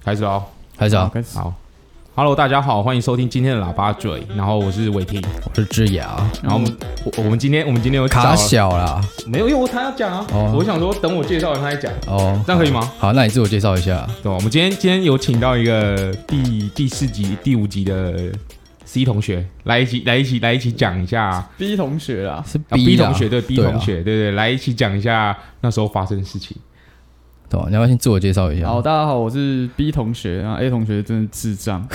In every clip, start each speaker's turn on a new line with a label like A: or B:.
A: 开始喽，
B: 开始啊，
A: 好，Hello， 大家好，欢迎收听今天的喇叭嘴，然后我是伟霆，
B: 我是智雅，
A: 然后我们今天有
B: 卡小啦，
A: 没有，因为他要讲啊，我想说等我介绍完他再讲，这样可以吗？
B: 好，那你自我介绍一下。
A: 对，我们今天有请到一个第4集、第5集的 C 同学来一起讲一下
C: B 同学啦，
B: 是
A: B 同学对 B 同学对，来一起讲一下那时候发生的事情。
B: 对，你要不要先自我介绍一下？
C: 好，大家好，我是 B 同学，然后 A 同学真的智障。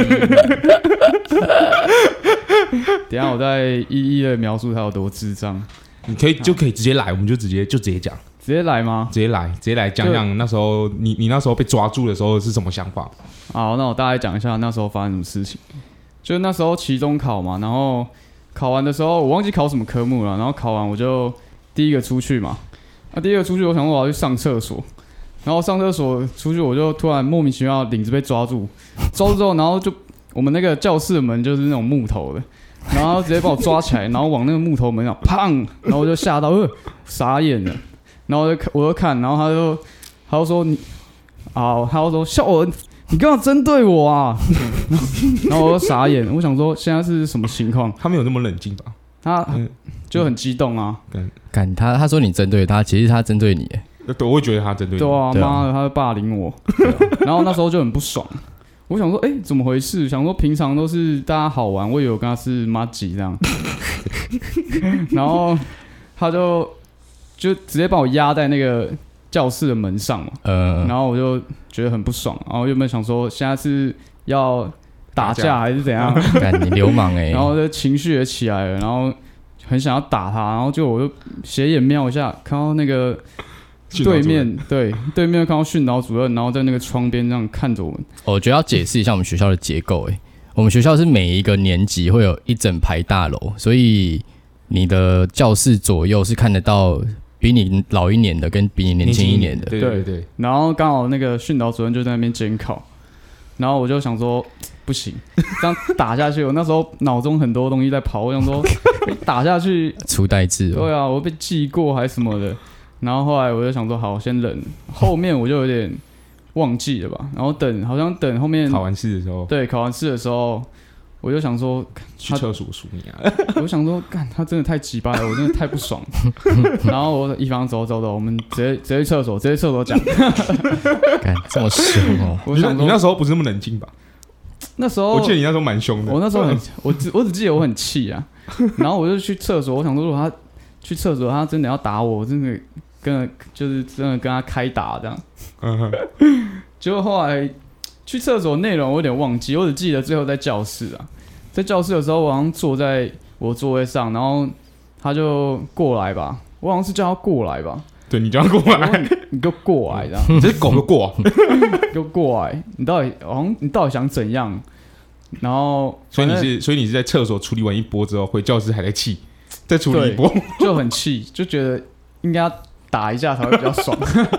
C: 等一下我再一一的描述他有多智障。
A: 你可以直接来，我们就直接讲。
C: 直接来吗？
A: 直接来讲讲那时候你那时候被抓住的时候是什么想法？
C: 好，那我大概讲一下那时候发生什么事情。就是那时候期中考嘛，然后考完的时候我忘记考什么科目了，然后考完我就第一个出去嘛。第一个出去，我想说我要去上厕所，然后上厕所出去，我就突然莫名其妙领子被抓住之后，然后就我们那个教室的门就是那种木头的，然后直接把我抓起来，然后往那个木头门上砰，然后我就吓到，傻眼了，然后我就看，然后他就说你啊，他就说笑我，你干嘛针对我啊？然后我就傻眼，我想说现在是什么情况？
A: 他没有那么冷静吧？
C: 他就很激动啊，
B: 他说你针对他，其实他针对你。
A: 对，我会觉得他针对你。
C: 对啊，妈的，他在霸凌我。然后那时候就很不爽，我想说，怎么回事？想说平常都是大家好玩，我以为我跟他是麻吉这样。然后他就直接把我压在那个教室的门上嘛。然后我就觉得很不爽，然后原本想说现在是要打架还是怎样？
B: 干你流氓
C: 然后就情绪也起来了，然后很想要打他，然后我就斜眼瞄一下，看到那个对面看到训导主任，然后在那个窗边这样看着我们。
B: 我觉得要解释一下我们学校的结构。我们学校是每一个年级会有一整排大楼，所以你的教室左右是看得到比你老一年的跟比你年轻一年的。
A: 对。
C: 然后刚好那个训导主任就在那边监考，然后我就想说不行，这样打下去，我那时候脑中很多东西在跑，我想说打下去
B: 出代志。
C: 对啊，我被记过还是什么的。然后后来我就想说，好，先忍。后面我就有点忘记了吧。然后好像等后面
A: 考完试的时候，
C: 对，考完试的时候，我就想说
A: 去厕所数你啊。
C: 我想说，干，他真的太鸡巴了，我真的太不爽了。然后我一方走，我们直接去厕所，讲。
B: 干这么凶哦！
C: 我想说，
A: 你那时候不是那么冷静吧？
C: 那时候
A: 我记得你那时候蛮凶的。
C: 我那时候我只记得我很气啊。然后我就去厕所，我想说，如果他去厕所，他真的要打我，我真的就是真的跟他开打这样。结果后来去厕所内容我有点忘记，我只记得最后在教室啊，在教室的时候我好像坐在我座位上，然后他就过来吧，我好像是叫他过来吧。
A: 对，你叫他过来，
C: 你给我过来这样，
A: 你这狗就过，
C: 给我过来，你到底想怎样？然后
A: 所以你是在厕所处理完一波之后，回教室还在气，再处理一波，
C: 就很气，就觉得应该打一下才会比较爽。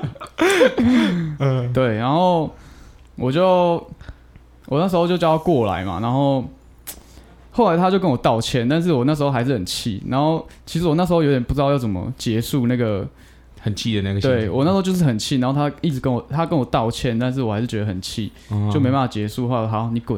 C: 对，然后我那时候就叫他过来嘛，然后后来他就跟我道歉，但是我那时候还是很气，然后其实我那时候有点不知道要怎么结束那个
A: 很气的那个心情。
C: 对，我那时候就是很气，然后他一直跟我道歉，但是我还是觉得很气，就没办法结束。后来好，你滚。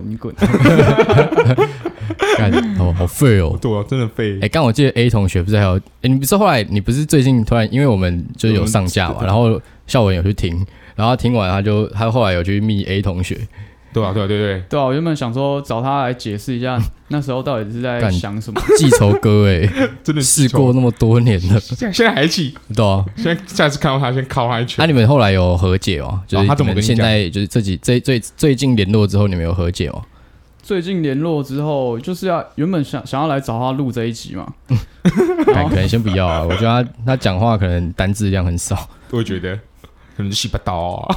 B: 好废哦！
A: 对啊，真的废。
B: 刚我记得 A 同学不是还有你不是后来你不是最近突然因为我们就是有上架嘛，然后孝文有去听，然后他听完他后来有去密 A 同学。
A: 对啊，
C: 我原本想说找他来解释一下那时候到底是在想什么。
B: 记仇哥
A: 真的
B: 试过那么多年了，
A: 现在还气。
B: 对啊，
A: 现在下次看到他先敲他一拳。
B: 你们后来有和解吗？就是
A: 他怎么跟你讲？
B: 现在就是最近联络之后，你们有和解吗？
C: 最近联络之后，就是原本想要来找他录这一集嘛。
B: 可能先不要啊，我觉得他讲话可能单字量很少，
A: 我会觉得可能是洗不到啊。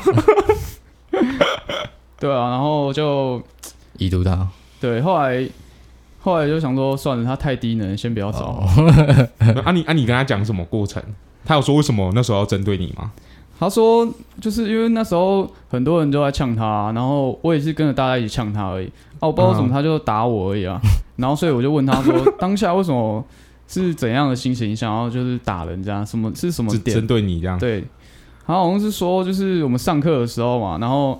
C: 对啊，然后就
B: 已读他。
C: 对，后来就想说算了，他太低能，先不要找。
A: 你跟他讲什么过程？他有说为什么那时候要针对你吗？
C: 他说就是因为那时候很多人都在呛他，然后我也是跟着大家一起呛他而已。我不知道为什么他就打我而已啊。然后所以我就问他说，当下为什么是怎样的心情想要就是打人这样？什么是什么点
A: 针对你这样？
C: 对，他好像是说就是我们上课的时候嘛，然后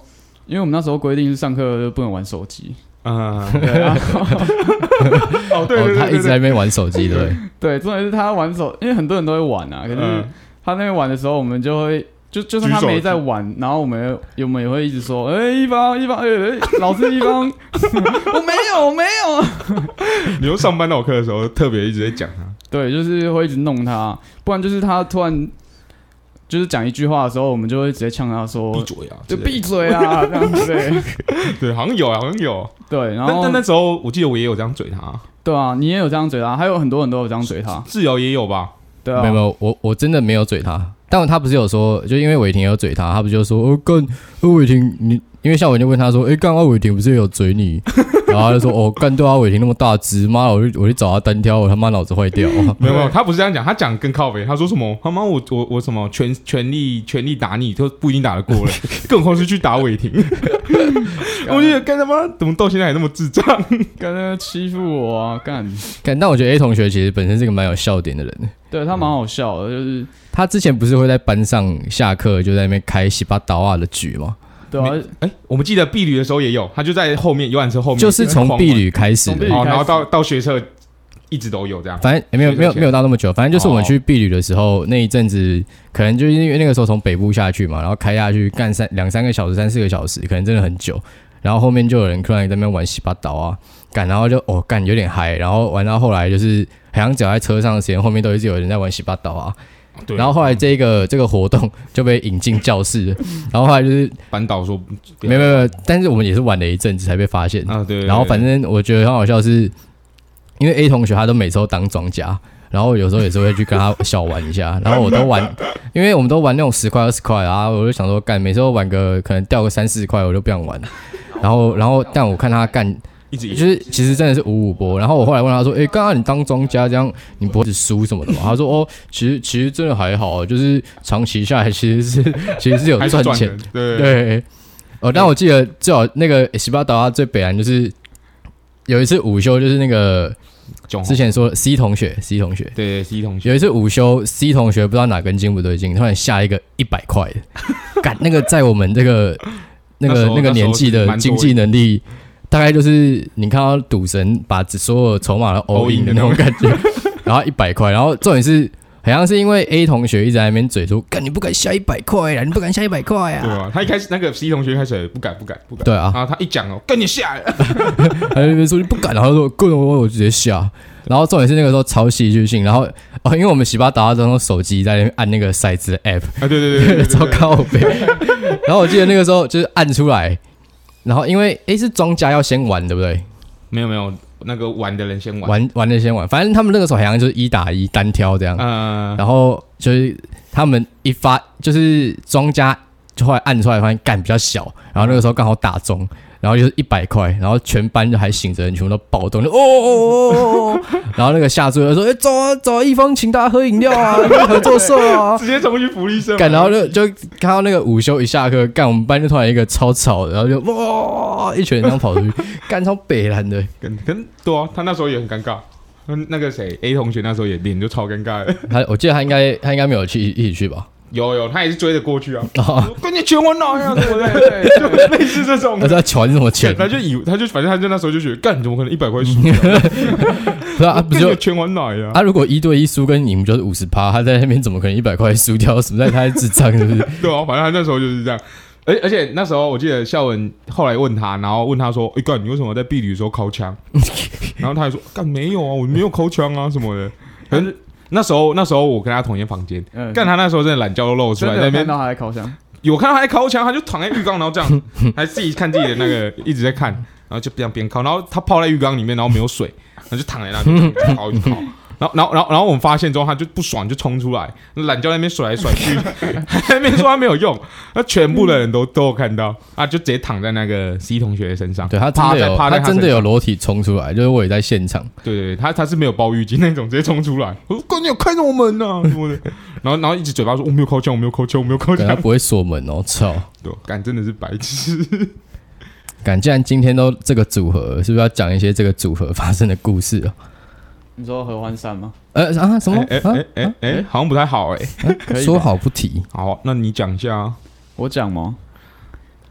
C: 因为我们那时候规定是上课就不能玩手机。
A: 对啊。哦，对，
B: 他一直在那边玩手机，对不对？
C: 对，重点是他玩手，因为很多人都会玩啊，可是他那边玩的时候，我们就会就算他没在玩，然后我们也会一直说，一方，老师一方，我没有。
A: 你用上班导课的时候特别一直在讲他。
C: 对，就是会一直弄他，不然就是他突然就是讲一句话的时候，我们就会直接呛他说
A: 闭嘴啊，
C: 就闭嘴啊，这样子。
A: 对，好像有。对，
C: 然后
A: 但那时候我记得我也有这样嘴他。
C: 对啊，你也有这样嘴他，还有很多人都有这样嘴他。
A: 志尧也有吧？
C: 对啊，
B: 没有，我真的没有嘴他，但他不是有说，就因为伟霆有嘴他，他不就说干伟霆你。因为像我就问他说：“干伟霆不是也有嘴你？”然后他就说：“干对啊，伟霆那么大只，妈我去找他单挑，我他妈脑子坏掉。”
A: 没有，他不是这样讲，他讲更靠北，他说什么他妈我什么全力打你都不一定打得过了，更何况是去打伟霆。我觉得干他妈怎么到现在还那么智障，
C: 干他欺负我啊干！
B: 但我觉得 A 同学其实本身是个蛮有笑点的人，
C: 对他蛮好笑的，就是
B: 他之前不是会在班上下课就在那边开洗巴倒啊的局吗？
C: 对啊，
A: 我们记得毕旅的时候也有，他就在后面游览车后面，
B: 就是从毕旅开始的，
A: 然后到学测一直都有这样。
B: 反正没有到那么久，反正就是我们去毕旅的时候那一阵子，可能就是因为那个时候从北部下去嘛，然后开下去干2-3个小时、3-4个小时，可能真的很久。然后后面就有人突然在那边玩洗巴倒啊，干，然后就干有点嗨，然后玩到后来就是好像只要在车上的时间，后面都一直有人在玩洗巴倒啊。然后后来这个活动就被引进教室了，然后后来就是
A: 班导说
B: 没有，但是我们也是玩了一阵子才被发现
A: 啊。对。
B: 然后反正我觉得很好笑是，因为 A 同学他都每次都当庄家，然后有时候也是会去跟他小玩一下，然后我都玩，因为我们都玩那种10块20块啊，我就想说干，每次都玩个可能掉个3-4块我就不想玩，然后但我看他干。就是其实真的是5-5波，然后我后来问他说：“刚刚你当庄家这样，你不会只输什么的吗？”他说：“其实真的还好，就是长期下来其实是有赚钱。”对。但我记得最好那个洗巴岛他最北岸就是有一次午休，就是那个之前说 C 同学，
A: 对 C 同学
B: 有一次午休 C 同学不知道哪根筋不对劲，突然下一个100块的，干那个在我们这个那个年纪的经济能力。大概就是你看到赌神把所有筹码都 all in 的那种感觉，然后100块，然后重点是好像是因为 A 同学一直在那边嘴说，干你不敢下100块啦，你不敢下100块啊？
A: 对啊，他一开始那个 C 同学一开始不敢，
B: 对啊，
A: 然后他一讲跟你下了，
B: 他在那边说你不敢，然后说够了我直接下，然后重点是那个时候超戏剧性，然后因为我们洗巴达都用手机在那边按那个骰子的 app，
A: 啊对，
B: 超靠北，然后我记得那个时候就是按出来。然后因为是庄家要先玩，对不对？
A: 没有，那个玩的人先玩
B: 的先玩。反正他们那个时候好像就是1打1单挑这样。然后就是他们一发，就是庄家就后来按出来发现干比较小，然后那个时候刚好打中，然后就是100块，然后全班就还醒着人全部都暴动，就然后那个下注就说走啊，一方请大家喝饮料啊，合作社啊，
A: 直接冲去福利社，
B: 干，然后就看到那个午休一下课，干我们班就突然一个超吵的，然后就一群人这样跑出去，干超北蓝的，
A: 跟对啊，他那时候也很尴尬。那个谁 A 同学那时候也脸就超尴尬的，
B: 我记得他应该没有一起去吧。
A: 有，他也是追着过去啊！跟你钱我哪呀？对不对？就类似这种。
B: 他在传什么钱？
A: 他就反正他就那时候就觉得，干怎么可能100块输？
B: 不是啊，不就
A: 钱玩哪呀？
B: 他如果1对1输跟你们就是50%，他在那边怎么可能100块输掉？实在太智障，是不是？
A: 对啊，反正他那时候就是这样。而且那时候我记得孝文后来问他，然后问他说：“干你为什么在毕旅的时候抠枪？”然后他还说：“干没有啊，我没有抠枪啊什么的。”可是。那时候我跟他同一间房间，干他那时候真的懒觉都露出来，在那边
C: 看到他在烤枪，
A: 有看到他在烤枪，他就躺在浴缸，然后这样，还自己看自己的那个一直在看，然后就这样边烤，然后他泡在浴缸里面，然后没有水，然后就躺在那边烤一烤。然后我们发现之后，他就不爽，就冲出来，懒觉在那边甩来甩去，还在那边说他没有用，那全部的人都有看到，就直接躺在那个 C 同学的身上，
B: 对他真的有裸体冲出来，就是我也在现场，
A: 对，他是没有包浴巾那种，直接冲出来，我说哥你有开什么门啊什么的，然后一直嘴巴说我没有靠枪，
B: 他不会锁门哦，操，
A: 对，干真的是白痴。
B: 干，既然今天都这个组合，是不是要讲一些这个组合发生的故事啊？
C: 你说合欢山吗？
B: 什么？
A: 好像不太好
B: 说好不提。
A: 好，那你讲一下啊。
C: 我讲吗？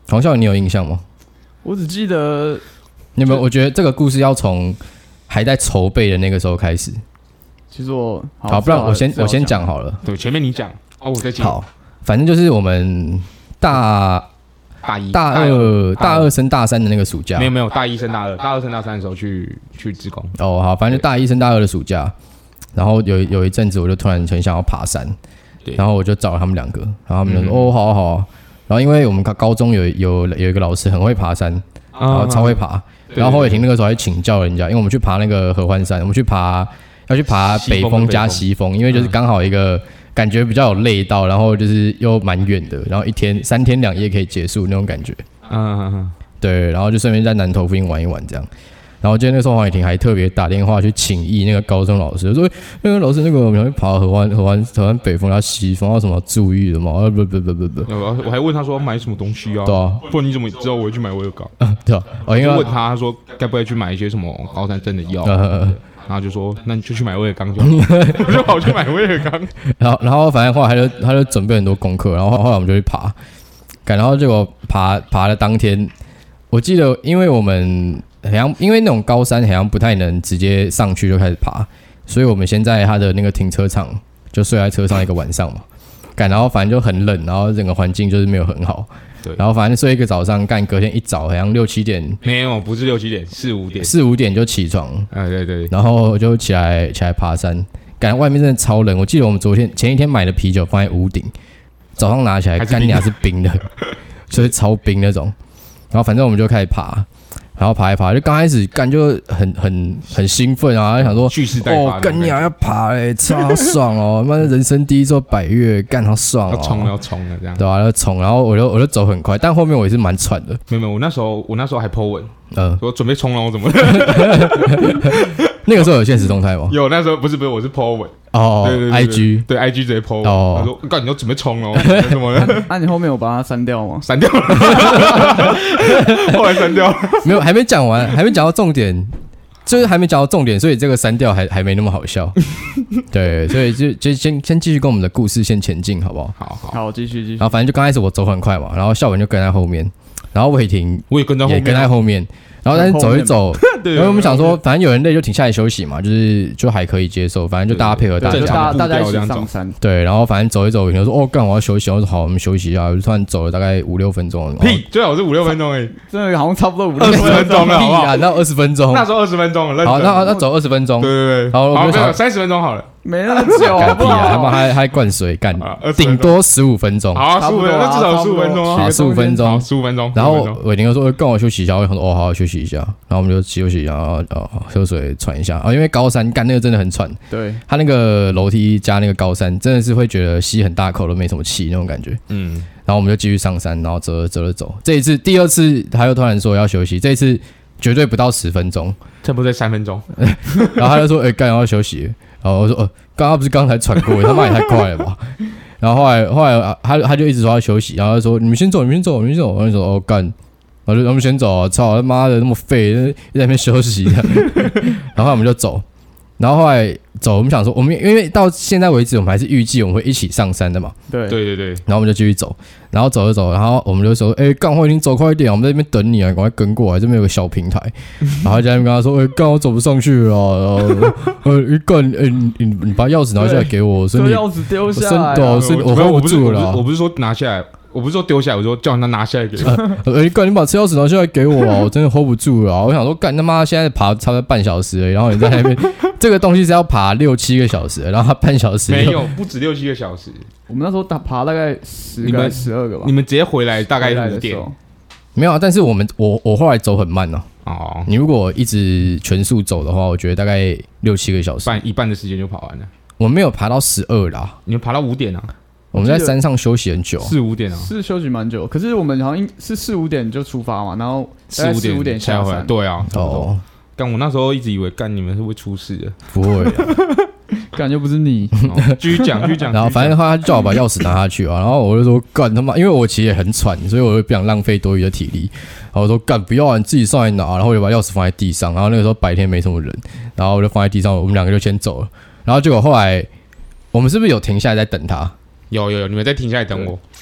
B: 黄校你有印象吗？
C: 我只记得
B: 你有没有？我觉得这个故事要从还在筹备的那个时候开始。
C: 其实我
B: 好，不然我先讲好了。
A: 对，前面你讲，我再接。
B: 好，反正就是我们大一、大二升大三的那个暑假，
A: 没有，大一升大二，大二升大三的时候去志工。
B: 哦，好，反正就大一升大二的暑假，然后有一阵子我就突然很想要爬山，然后我就找了他们2个，然后他们就说哦，好啊。然后因为我们高中有一个老师很会爬山，然后超会爬，然后侯伟霆那个时候还请教人家，因为我们去爬那个合欢山，我们要去爬北峰加西峰，因为就是刚好一个感觉比较有累到，然后就是又蛮远的，然后3天2夜可以结束那种感觉。对，然后就顺便在南投附近玩一玩这样。然后今天那时候黄伟霆还特别打电话去请益那个高中老师，说那个老师我们要去爬合欢北峰加西峰，要什么注意的吗？不。
A: 我还问他说买什么东西啊？对啊，不然你怎么知道我会去买威尔刚？
B: 对啊，因为
A: 问他说该不会去买一些什么高山症的药？然后就说那你就去买威尔刚就好，我就跑去买威尔刚。
B: 然后反正后来他就准备很多功课，然后后来我们就去爬，然后结果爬的当天，我记得因为我们因为那种高山好像不太能直接上去就开始爬，所以我们先在他的那个停车场就睡在车上一个晚上嘛，然后反正就很冷，然后整个环境就是没有很好，对，然后反正睡一个早上，隔天一早好像6、7点，
A: 没有，不是6、7点，4、5点
B: ，4、5点就起床，
A: 对，
B: 然后我就起来爬山，外面真的超冷，我记得我们前一天买的啤酒放在屋顶，早上拿起来干娘是冰的，就是超冰那种，然后反正我们就开始爬。然后爬一爬，就刚开始干就很兴奋啊，想说
A: 蓄势待发，
B: 干你要爬超爽哦！妈的，人生第一座百岳，干好爽哦！
A: 要冲了这样，
B: 对啊，要冲，然后我就走很快，但后面我也是蛮喘的。
A: 没有，我那时候还 po 文，我准备冲了，我怎么？
B: 那个时候有现实动态吗？
A: 有，那时候不是，我是 po 文。
B: 哦，对 ，IG
A: 对 IG 直接 po，他说：“干，你要准备冲了，什么的？”
C: 那你后面有把它删掉吗？
A: 删掉了，后来删掉了。
B: 没有，还没讲完，还没讲到重点，就是还没讲到重点，所以这个删掉还没那么好笑。对，所以就先继续跟我们的故事先前进，好不好？
C: 好，继续。
B: 然后反正就刚开始我走很快嘛，然后孝文就跟在后面，然后伟霆
A: 我也跟在
B: 后面。然后但是走一走，然后我们想说，反正有人累就停下来休息嘛，就还可以接受，反正就大家配合大
C: 家一起上山。
B: 对，然后反正走一走，有人说哦干我要休息，我说好，我们休息一下，我就突然走了大概5、6分钟。
A: 屁，最好是5、6分钟哎，
C: 真的好像差不多
A: 20分钟了，
B: 屁啊，那20分钟，
A: 那时候20分钟了。
B: 好，那走20分钟，
A: 对，
B: 好，我们就
A: 30分钟好了。
C: 没那么久，
B: 干屁啊！他妈还灌水干，顶多15分钟。
A: 好，15分钟，那至少15分钟啊
B: ，15分钟
A: ，15分钟。
B: 然后伟霆说：“跟我休息一下。”我想说：“哦，好，休息一下。”然后我们就休息一下，然后喝水喘一下啊，因为高山干那个真的很喘。
C: 对，
B: 他那个楼梯加那个高山，真的是会觉得吸很大口都没什么气那种感觉。然后我们就继续上山，然后走。这一次第2次他又突然说要休息，这一次绝对不到10分钟，
A: 这不在3分钟。
B: 然后他就说：“干要休息。”然后我说：“刚才才喘过，他妈也太快了吧！”然后后来他就一直说要休息，然后他说：“你们先走。”然后就说：“哦干。”然后就我们先走啊！操他妈的那么废，在那边休息的。然后我们就走。然后后来走，我们想说，因为到现在为止，我们还是预计我们会一起上山的嘛。
A: 对。
B: 然后我们就继续走，然后走，然后我们就说：“干，我已经走快一点，我们在那边等你啊，赶快跟过来，这边有个小平台。”然后在那边跟他说：“干，我走不上去了。干，你把钥匙拿下来给我，身体
C: 钥匙丢下来，
B: 我 hold 不住了。
A: 我不是说拿下来。”我不是说丢下来，我说叫他拿下来给我。
B: 干，你把车钥匙拿下来给我啊！我真的 hold 不住了。我想说，干他妈，现在爬差不多半小时了，然后你在那边，这个东西是要爬6、7个小时，然后他半小时
A: 没有，不止6、7个小时。
C: 我们那时候爬大概10个、12个吧。
A: 你们直接回来大概5点。
B: 没有啊，但是我后来走很慢哦。
A: 哦，
B: 你如果一直全速走的话，我觉得大概6、7个小时，
A: 一半的时间就跑完了。
B: 我没有爬到12啦，
A: 你们爬到5点啊？
B: 我们在山上休息很久
A: ，4、5点啊，
C: 是休息蛮久。可是我们好像是4、5点就出发嘛，然后
A: 4、5点
C: 下山。
A: 对啊，
B: 哦。
A: 干，我那时候一直以为干你们是会出事的，
B: 不会啊，
C: 干又不是你。
A: 继续讲。
B: 然后反正他叫我把钥匙拿下去啊，然后我就说干他妈，因为我其实也很喘，所以我就不想浪费多余的体力。然后我说干不要啊，你自己上来拿。然后我就把钥匙放在地上，然后那个时候白天没什么人，然后我就放在地上，我们2个就先走了。然后结果后来我们是不是有停下来在等他？
A: 有，你们在停下来等我。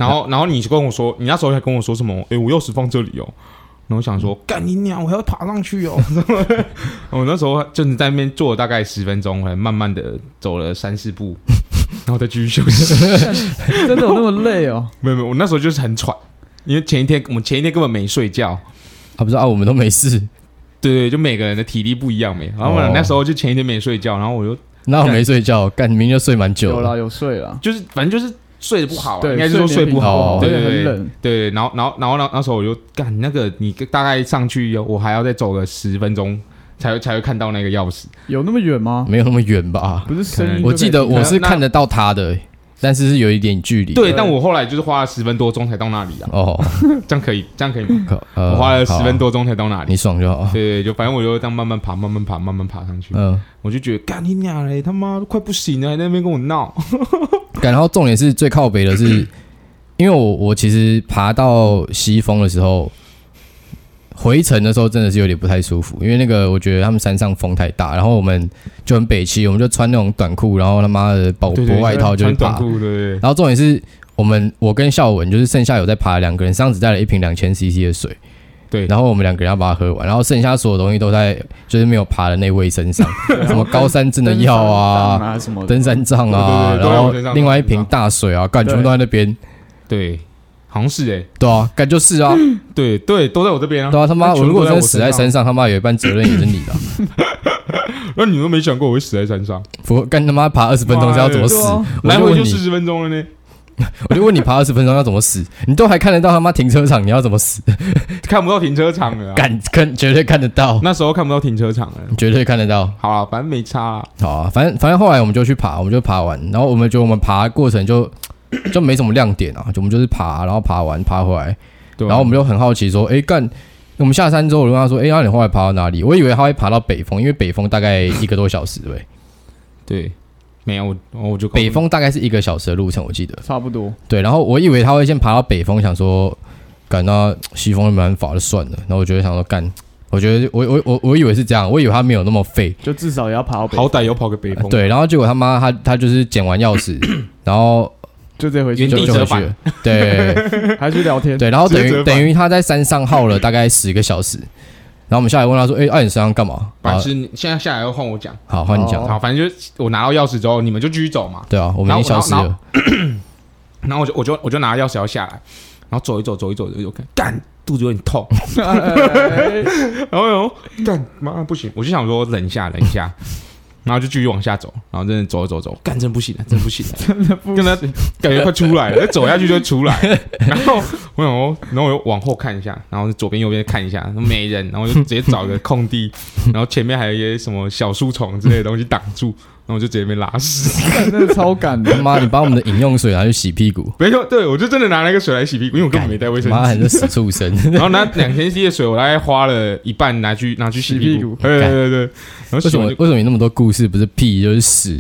A: 然后你跟我说，你那时候还跟我说什么？我钥匙放这里哦。然后我想说，干你娘，我还要爬上去哦。我那时候就是在那边坐了大概10分钟，还慢慢的走了3-4步，然后再继续休息。
C: 真的有那么累哦？
A: 没有，我那时候就是很喘，因为我们前一天根本没睡觉。
B: 不是啊，我们都没事。
A: 对，就每个人的体力不一样然后那时候就前一天没睡觉，然后我就
B: 那我没睡觉，干明明就睡蛮久了。
C: 有啦，有睡啦，
A: 就是反正就是睡得不好，
C: 对，
A: 应该是说睡不好，
C: 对，
A: 很
C: 冷，
A: 对，然后那时候我就干那个，你大概上去我还要再走个10分钟才会看到那个钥匙，
C: 有那么远吗？
B: 没有那么远吧？
C: 不是声音，
B: 我记得我是看得到他的，但是有一点距离。
A: 对，但我后来就是花了10分多钟才到那里啊。
B: 哦，
A: 这样可以吗？我花了10分多钟才到那里，
B: 你爽就好。
A: 对，就反正我就这样慢慢爬上去。我就觉得干你娘嘞，他妈都快不行了，还在那边跟我闹。
B: 然后重点是最靠北的是，因为我其实爬到西峰的时候，回程的时候真的是有点不太舒服，因为那个我觉得他们山上风太大，然后我们就很北七，我们就穿那种短裤，然后他妈的薄外套就是爬。
A: 对。
B: 然后重点是我跟孝文就是剩下有在爬2个人，身上只带了1瓶2000cc 的水。
A: 对，
B: 然后我们2个人要把它喝完，然后剩下所有东西都在就是没有爬的那位身上，什么高山症的药啊，登山杖啊，然后另外1瓶大水啊，干全部都在那边。
A: 对，好像是
B: 对啊，干就是啊，
A: 对，都在我这边啊。
B: 对啊，他妈，我如果真的死在山上，他妈有一半责任也是你的。
A: 那你都没想过我会死在山上？
B: 不过干他妈爬20分钟是要怎么死？
A: 来回就40分钟了呢。
B: 我就问你爬20分钟要怎么死？你都还看得到他妈停车场，你要怎么死？
A: 看不到停车场了，
B: 绝对看得到。
A: 那时候看不到停车场了，
B: 绝对看得到。
A: 好啊，反正没差啊。
B: 好啊，反正后来我们就去爬，我们就爬完，然后我们觉得我们爬过程就没什么亮点啊，我们就是爬，然后爬完爬回来，然后我们就很好奇说，干。我们下山之后，我就问他说：“那你后来爬到哪里？”我以为他会爬到北峰，因为北峰大概1个多小时，
A: 对，没有，我就
B: 北峰大概是1个小时的路程，我记得
C: 差不多。
B: 对，然后我以为他会先爬到北峰，想说干到西峰没办法就算了。然后我就想说干，我觉得我以为是这样，我以为他没有那么废，
C: 就至少也要爬到北峰，
A: 好歹有跑个北峰。
B: 对，然后结果他妈他就是捡完钥匙，然后。
C: 就直接回去，
B: 就回去了。对，
C: 还去聊天。
B: 对，然后等于他在山上耗了大概10个小时。然后我们下来问他说：“你山上干嘛？”
A: 反正现在下来要换我讲。
B: 好，换你讲。
A: 好，反正就是我拿到钥匙之后，你们就继续走嘛。
B: 对啊，我们已经消失了。
A: 然后我就拿钥匙要下来，然后走一走，干肚子有点痛。然后干妈不行，我就想说忍一下。然后就继续往下走，然后真的走，干真不行了，真的不行，跟他感觉快出来了，走下去就出来。然后我想说，然后我又往后看一下，然后左边右边看一下，没人，然后就直接找一个空地，然后前面还有一些什么小树丛之类的东西挡住，然后我就直接被拉屎，
C: 真的超赶的。
B: 妈，你把我们的饮用水拿去洗屁股？
A: 没错，对我就真的拿那个水来洗屁股，因为我根本没带卫生纸。
B: 妈，还是死畜生！
A: 然后拿2000cc 的水，我大概花了一半拿去洗屁股。对。
B: 为什么有那么多故事？不是屁就是屎？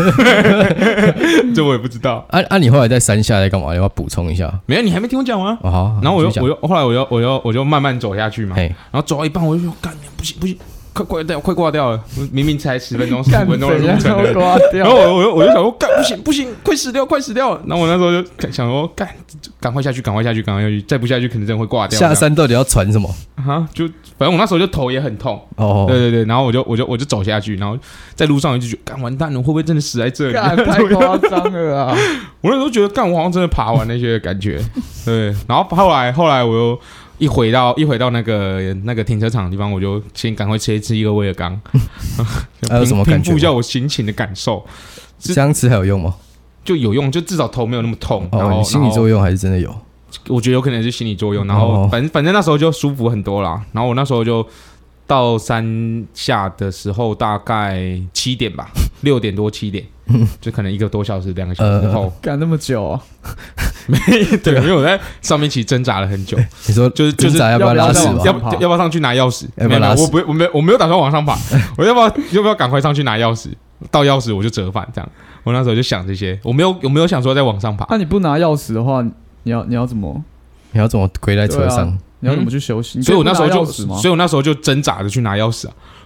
A: 这我也不知道。
B: 你后来在山下在干嘛？要不要补充一下？
A: 没有，你还没听我讲完。
B: 好，
A: 然后后来我就慢慢走下去嘛。然后走到一半，我就说干，不行，快挂掉了！明明才10分钟、15分钟的路程了，然后我就想说干，不行，快死掉了！然后我那时候就想说干，赶快下去，再不下去可能真的会挂掉。
B: 下山到底要传什么？
A: 就反正我那时候就头也很痛。对，然后我就走下去，然后在路上我就觉得干完蛋了，会不会真的死在这里？
C: 太夸张了啊！
A: 我那时候觉得干，我好像真的爬完那些感觉。对，然后后来我又。一回到那个停车场的地方，我就先赶快吃一个威尔刚，
B: 还有什么感觉？
A: 平复一下我心情的感受。
B: 这样吃还有用吗？
A: 就有用，就至少头没有那么痛。
B: 你心理作用还是真的有？
A: 我觉得有可能是心理作用。然后反正那时候就舒服很多啦。然后我那时候就到山下的时候大概7点吧，6点多7点，就可能1个多小时2个小时后。
C: 干那么久啊？
A: 对，因为我在上面其实挣扎了很久。
B: 你说就是挣扎要不要拉屎？
A: 要不要上去拿钥匙？
B: 没有，
A: 我没有打算往上爬。我要不要赶快上去拿钥匙？到钥匙我就折返这样。我那时候就想这些，我没有想说再往上爬。
C: 那你不拿钥匙的话，你要怎么？
B: 你要怎么归在车上？
C: 你要怎么去休息？
A: 所以我那时候就挣扎着去拿钥匙啊。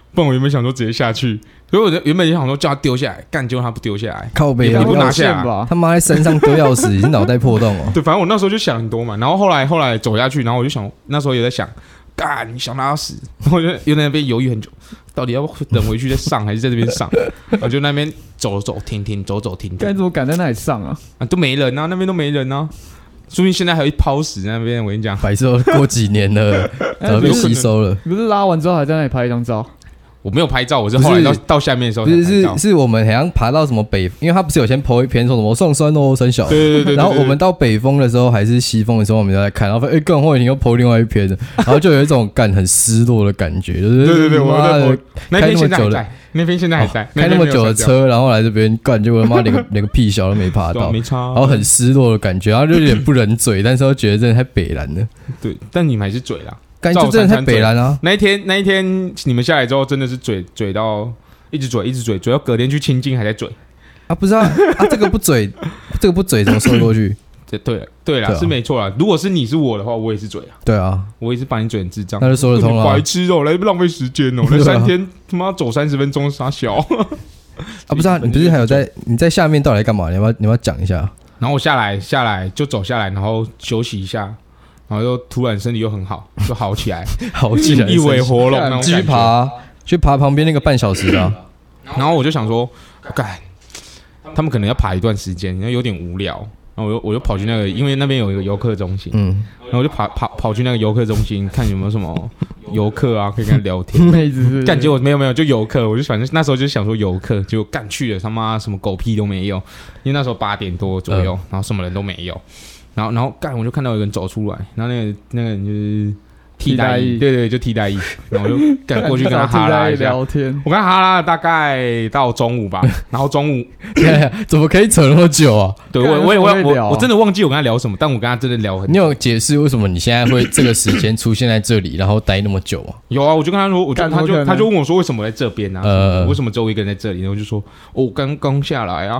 A: 不然我原本想说直接下去，所以我原本就想说叫他丢下来，干，结果他不丢下来，
B: 靠背
A: 你不拿下来
C: 吧？
B: 他妈在身上丢钥匙，已经脑袋破洞哦。
A: 对，反正我那时候就想很多嘛，然后后来走下去，然后我就想，那时候也在想，干，你想拉屎，然后我就又在那边犹豫很久，到底要不等回去再上，还是在这边上？我就那边走停，走停，
C: 该怎么敢在那里上啊？
A: 都没人啊，那边都没人啊。说明现在还有一泡屎在那边，我跟你讲，
B: 白色过几年了，早被吸收了。
C: 不是拉完之后还在那里拍一张照？
A: 我没有拍照，我是后来到下面的时候才拍照。
B: 是我们好像爬到什么北，因为他不是有先 po 一篇说什么上山哦，生小，
A: 对。
B: 然后我们到北峰的时候还是西峰的时候，我们就在看，然后发现更后面又 po 另外一篇，然后就有一种很失落的感觉，就是
A: 对，我在 po 那篇现在还在，那篇现在还在，
B: 开那么久的车，然后来这边干，结果他妈连个屁小都没爬到，
A: 没差，
B: 然后很失落的感觉，然后就有点不忍嘴，但是又觉得真的太北蓝了。
A: 对，但你们还是嘴啦。
B: 感觉真的太北蓝啊！
A: 那一天你们下来之后，真的是嘴到一直嘴到隔天去清境还在嘴
B: 啊！不是啊，这个不嘴怎么说过去？
A: 对啦，是没错啦。如果是你是我的话，我也是嘴啊。
B: 对啊，
A: 我也是把你嘴很智障，
B: 那就说得通了。
A: 白痴哦，来浪费时间哦，来3天他妈走30分钟傻小啊！
B: 不是啊，你不是还有你在下面到底在干嘛？你要不要讲一下？
A: 然后我下来就走下来，然后休息一下。然后又突然身体又很好，就好起来，一尾活龙那种感觉。
B: 去爬旁边那个半小时啊。
A: 然后我就想说，干，他们可能要爬一段时间，因为有点无聊。然后我就跑去那个，因为那边有一个游客中心，然后我就跑去那个游客中心，看有没有什么游客啊，可以跟他聊天。
C: 妹子
A: 干，结果没有，就游客。我就反正那时候就想说游客，结果干去了，他妈什么狗屁都没有，因为那时候8点多左右，然后什么人都没有。然后干，我就看到有人走出来，然后那个人就是替代役，对，就替代役，然後我就赶过去跟他哈拉一下
C: 聊天。
A: 我跟他哈拉了大概到中午吧，然后中午
B: 怎么可以扯那么久啊？
A: 对，我真的忘记我跟他聊什么，但我跟他真的聊很久。
B: 你有解释为什么你现在会这个时间出现在这里，然后待那么久吗？
A: 有啊，我就跟他说，他就问我说为什么在这边啊？为什么只有我一个人在这里？然后我就说我刚下来啊。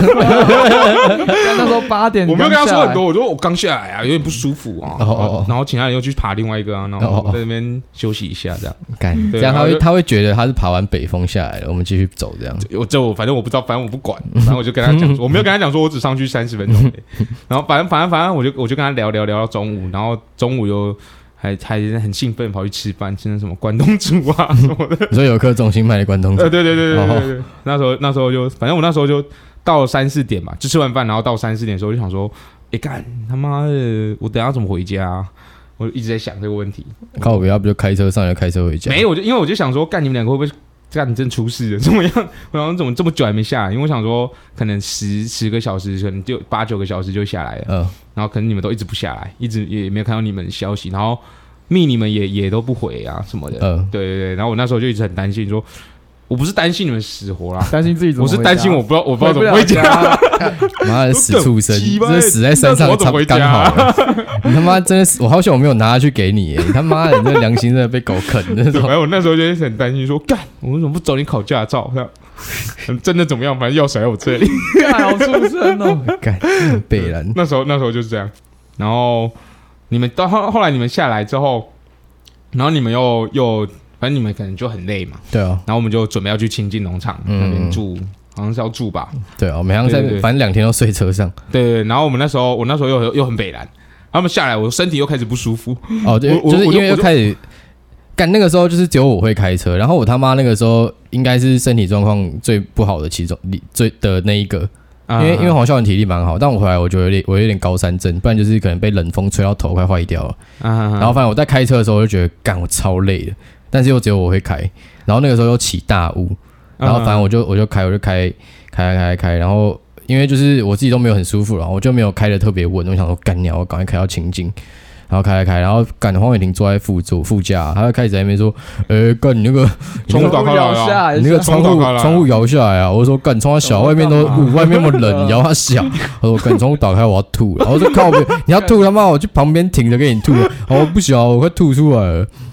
C: 那时候8点，
A: 我没有跟他说很多，我说我刚下来啊，有点不舒服啊。然后其他人又去爬另外一个啊，然后在那边休息一下这样。
B: 这样他会觉得他是爬完北峰下来了，我们继续走这样。
A: 反正我不知道，反正我不管，反正我就跟他讲说，我没有跟他讲说我只上去30分钟。然后反正我就跟他聊到中午，然后中午又还很兴奋跑去吃饭，吃那什么关东煮啊什么的。
B: 你说游客中心卖的关东煮？
A: 对。那时候就，反正我那时候就到了3、4点嘛，就吃完饭，然后到3、4点的时候，我就想说，干他妈的，我等一下怎么回家啊？我一直在想这个问题。
B: 靠我要不就开车上来，开车回家？
A: 没有，因为我就想说，干你们两个会不会干真出事了？怎么样？我想怎么这么久还没下来？因为我想说，可能10个小时，可能就8、9个小时就下来了。然后可能你们都一直不下来，一直也没有看到你们的消息，然后密你们也都不回啊什么的。对。然后我那时候就一直很担心说。我不是担心你们死活啦，
C: 担心自己怎么回家。
A: 我是担心我不知道怎么回家。
B: 妈的死畜生，这死在山上刚好了。你他妈真的是，我好想我没有拿下去给你耶！你他妈的，你这良心真的被狗啃那种。
A: 反正我那时候就很担心说，干，我为什么不找你考驾照？真的怎么样？反正钥匙在我这里。
C: 好畜生哦！
B: 干，北兰。
A: 那时候就是这样。然后你们到后来你们下来之后，然后你们又。反正你们可能就很累嘛，对啊，然后我们就准备要去清境农场那边住，好像是要住吧，
B: 对啊，我们好像在反正2天都睡车上，
A: 对，然后我那时候又很北蓝，他们下来我身体又开始不舒服，
B: 对，就是因为又开始干那个时候就是只有我会开车，然后我他妈那个时候应该是身体状况最不好的其中最的那一个，因为黄孝文体力蛮好，但我回来我觉得我有点高山症，不然就是可能被冷风吹到头快坏掉了，然后反正我在开车的时候我就觉得干我超累的。但是又只有我会开，然后那个时候又起大雾，然后反正我就开，然后因为就是我自己都没有很舒服，然后我就没有开的特别稳，我想说干鸟，我赶快开到清境，然后开，然后赶黄伟霆坐在副驾，他就开始在那边说，干你那个
C: 窗户摇下来，
B: 你那个窗户摇下来啊！我说干窗户小，外面都雾，外面那么冷，你摇它小。我说干窗户打开，我要吐了。我说靠边，你要吐他妈，我去旁边停着给你吐。我不小，我快吐出来了。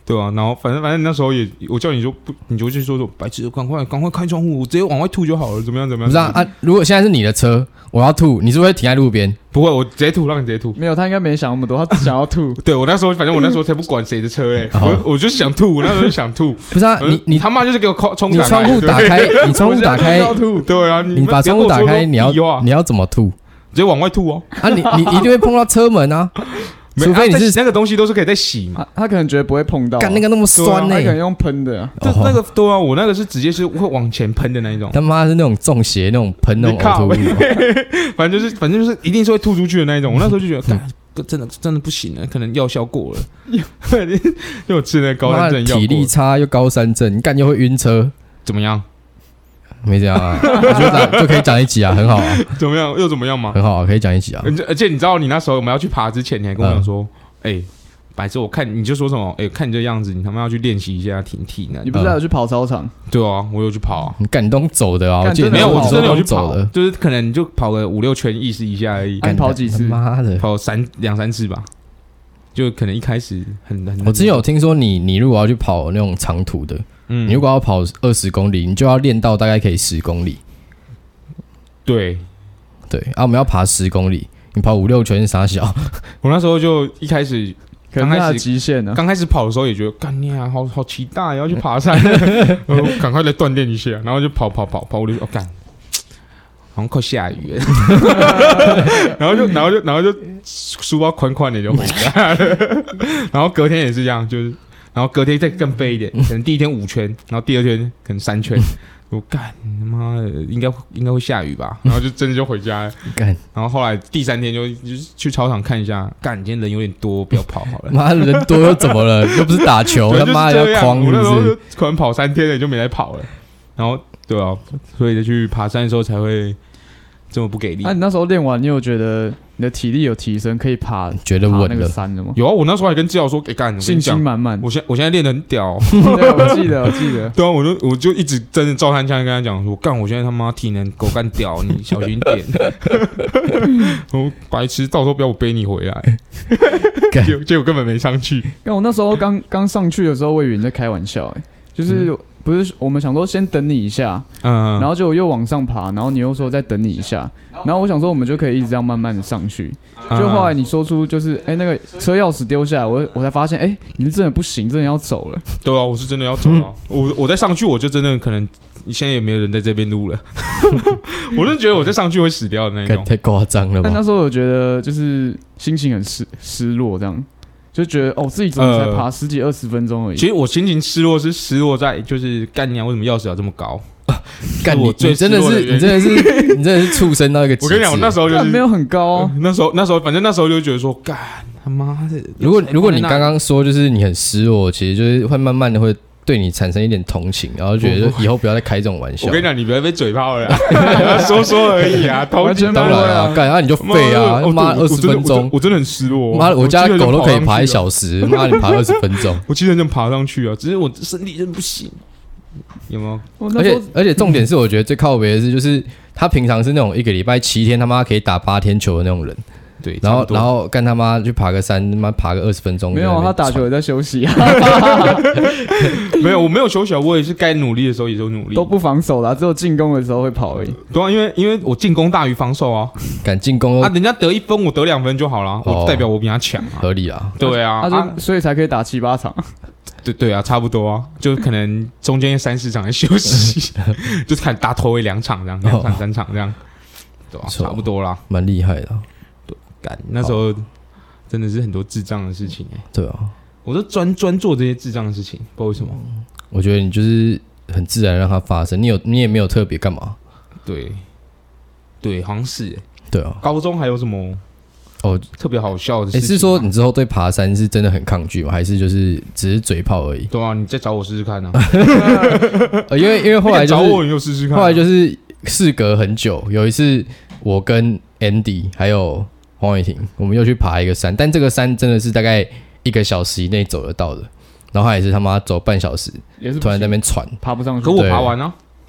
A: 对啊，然后反正那时候也，我叫你就不，你就去说白痴，赶快开窗户，我直接往外吐就好了，怎么样？
B: 不是啊，如果现在是你的车，我要吐，你是不是会停在路边？
A: 不会，我直接吐，让你直接吐。
C: 没有，他应该没想那么多，他只想要吐。
A: 对我那时候，反正我那时候才不管谁的车我就想吐，我那时候就想吐。
B: 不是啊，你
A: 他妈就是给我窗
B: 你窗户打开，你窗户打开，
A: 对啊，
B: 你把窗户打开，你要怎么吐？
A: 直接往外吐哦。
B: 啊，你一定会碰到车门啊。除非你是
A: 那个东西都是可以再洗嘛，
C: 他可能觉得不会碰到，
B: 干那个那么酸
C: 他可能用喷的，
A: 那个对啊，我那个是直接是会往前喷的那一种，
B: 他妈是那种中邪那种喷那种呕吐物，
A: 反正就是一定是会吐出去的那一种。我那时候就觉得，干真的不行了，可能药效过了，因为我吃那高山症药，
B: 体力差又高山症，干又会晕车，
A: 怎么样？
B: 没这样啊，就可以讲一集啊，很好啊。
A: 怎么样？又怎么样嘛？
B: 很好啊，可以讲一集啊。
A: 而且你知道，你那时候我们要去爬之前，你还跟我讲说，白痴，我看你就说什么，看你这样子，你他妈要去练习一下挺体能。
C: 你不是还有去跑操场？
A: 对啊，我有去跑啊。
B: 你感动走的啊？我记得
A: 没有，我真的有去跑
B: 的，
A: 就是可能你就跑个5-6圈意思一下而已。
C: 你跑几次？
B: 妈的，
A: 跑2-3次吧。就可能一开始很。
B: 我之前有听说你如果要去跑那种长途的，你如果要跑20公里，你就要练到大概可以10公里。
A: 对
C: 啊，
B: 我们要爬10公里，你跑5-6圈傻小。
A: 我那时候就一开始
C: 刚开始极限呢，
A: 刚开始跑的时候也觉得干你啊，好期待要去爬山，赶快来锻炼一下，然后就跑5-6圈，干，好像快下雨了，然后就书包宽宽的就回家了，然后隔天也是这样，就是然后隔天再更飞一点，可能第一天5圈，然后第二天可能3圈。我干他妈的，应该会下雨吧？然后就真的就回家了。干，然后后来第3天就是去操场看一下，干，今天人有点多，不要跑好了。
B: 妈，人多又怎么了？又不是打球，他妈的要狂，
A: 我那时候就可能跑3天了，就没来跑了。然后对啊，所以就去爬山的时候才会这么不给力。
C: 那你那时候练完，你有觉得你的体力有提升，可以
B: 觉得稳
C: 那个山了吗？
A: 有啊，我那时候还跟志尧说，干，
C: 信心满满。
A: 我现在练得很屌。
C: 对，我记得。
A: 对啊，我就一直真的照他腔跟他讲说，干，我现在他妈体能狗干屌，你小心点。我白痴，到时候不要我背你回来。结果根本没上去。
C: 但我那时候刚上去的时候，我以为你在开玩笑，就是不是我们想说先等你一下，然后就又往上爬，然后你又说再等你一下，然后我想说我们就可以一直这样慢慢的上去，就后来你说出就是那个车钥匙丢下来，我才发现你是真的不行，真的要走了。
A: 对啊，我是真的要走了。我再上去我就真的可能现在也没有人在这边录了。我真的觉得我再上去会死掉的那种，
B: 太夸张了吧？
C: 但那时候我觉得就是心情很失落这样。就觉得自己怎么才爬10几20分钟而已。
A: 其实我心情失落是失落在就是干娘为什么钥匙要这么高？
B: 干你真的是畜生到一个极致。
A: 我跟你讲，我那时候就是
C: 没有很高
A: 那时候反正那时候就觉得说干他妈的。
B: 如果你刚刚说就是你很失落，其实就是会慢慢的会对你产生一点同情，然后觉得以后不要再开这种玩笑。
A: 我跟你讲，你不要被嘴炮了，说而已啊，
C: 完全
B: 当然啊，干你就废啊，妈20分钟，
A: 我真的很失落。
B: 妈的，我家的狗都可以爬1小时，妈你爬20分钟，
A: 我记得能爬上去啊，只是我身体真的不行。有没有？
B: 而且重点是，我觉得最靠北的是，就是他平常是那种1个礼拜7天他妈可以打8天球的那种人。
A: 对，
B: 然后干他妈去爬个山，他妈爬个20分钟。
C: 没有，他打球也在休息啊。
A: 没有，我没有休息，我也是该努力的时候也都努力，
C: 都不防守啦，只有进攻的时候会跑而已。
A: 对啊，因为我进攻大于防守啊。
B: 敢进攻
A: 人家得1分，我得2分就好了，我代表我比他强啊，
B: 合理啊。
A: 对啊，
C: 所以才可以打7、8场。
A: 对啊，差不多啊，就可能中间3-4场在休息，就是看打头尾2场这样，2场3场这样，对吧？差不多啦，
B: 蛮厉害的。
A: 那时候真的是很多智障的事情
B: 对啊，我
A: 都专做这些智障的事情，不知道为什么。
B: 我觉得你就是很自然让它发生，你也没有特别干嘛。对，好像是。对啊，高中还有什么特别好笑的事情？是说你之后对爬山是真的很抗拒吗？还是就是只是嘴炮而已？
A: 对啊，你再找我试试看啊。
B: 因为后来就是
A: 找我你就试试看。
B: 后来就是事隔很久，有一次我跟 Andy 还有黄伟霆，我们又去爬一个山，但这个山真的是大概1个小时以内走得到的，然后他也是他妈走半小时，也是突然在那边喘，
C: 爬不上去。
A: 可我爬完啊，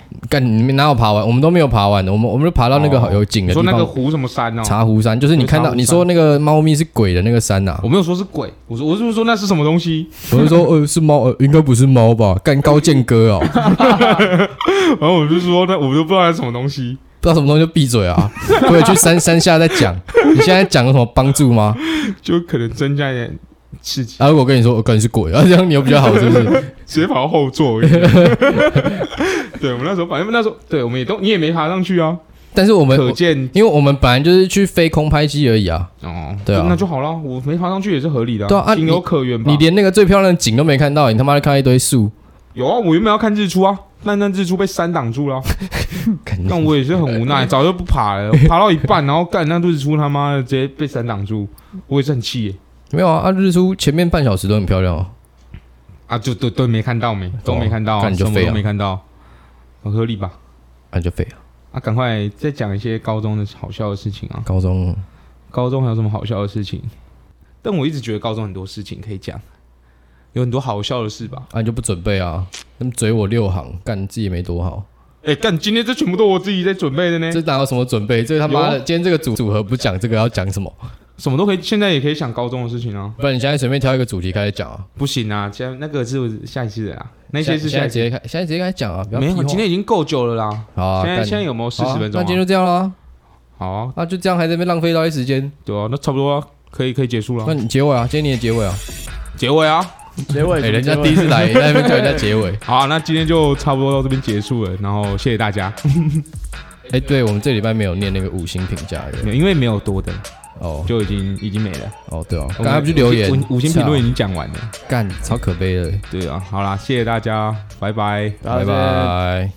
B: 干你们哪有爬完？我们都没有爬完的，我们就爬到那个有景的地方。
A: 你说那个湖什么山哦？
B: 茶壶山，就是你看到你说那个猫咪是鬼的那个山呐。
A: 我没有说是鬼，我是说那是什么东西？
B: 我是说是猫，应该不是猫吧？干高健哥哦。
A: 然后我就说那我都不知道那是什么东西，
B: 不知道什么东西就闭嘴啊！不会去山下再讲。你现在讲有什么帮助吗？
A: 就可能增加一点刺激。
B: 如果我跟你说我可能是鬼，这样你有比较好，是不是？
A: 直接跑到后座。对，我们那时候反正那时候，对我们你也没爬上去啊。
B: 但是我们
A: 可见，
B: 因为我们本来就是去飞空拍机而已啊。
A: 哦，
B: 对啊，
A: 那就好了，我没爬上去也是合理的。
B: 对啊，
A: 情有可原吧。
B: 你连那个最漂亮的景都没看到，你他妈的看到一堆树。
A: 有啊，我原本要看日出啊，但那日出被山挡住了。但我也是很无奈，早就不爬了，爬到一半，然后干那日出他妈的直接被山挡住，我也是很气耶。
B: 没有啊，日出前面半小时都很漂亮哦。
A: 啊，就都没看到都没看到，
B: 什么
A: 都没看到，很合理吧？
B: 那就废了。
A: 啊，赶快再讲一些高中的好笑的事情啊！高中还有什么好笑的事情？但我一直觉得高中很多事情可以讲，有很多好笑的事吧？
B: 啊，你就不准备啊？他们嘴我6行，干自己也没多好。
A: 干今天这全部都我自己在准备的呢。
B: 这哪有什么准备？这他妈的，今天这个组合不讲这个要讲什么？
A: 什么都可以，现在也可以想高中的事情啊。
B: 不然你现在随便挑一个主题开始讲啊？
A: 不行啊，现在那个是下一次的啦，那些是
B: 现在直接开始讲啊！不要
A: 没有，今天已经够久了啦。
B: 好啊，
A: 现在有没有40分钟？
B: 那今天就这样啦。
A: 好啊，
B: 那就这样，还在那边浪费到一时间。
A: 对啊，那差不多可以结束了。
B: 那你结尾啊，今天你的结尾啊，
A: 结尾啊，
B: 人家第一次来，在那边叫人家结尾。
A: 好，那今天就差不多到这边结束了，然后谢谢大家。
B: 对我们这礼拜没有念那个5星评价的，
A: 因为没有多的。
B: 哦，
A: 就已经没了。
B: 哦，对啊，刚才不去留言
A: ，5星评论已经讲完了，
B: 干超可悲的。
A: 对啊，好啦，谢谢大家，拜拜，
B: 拜拜。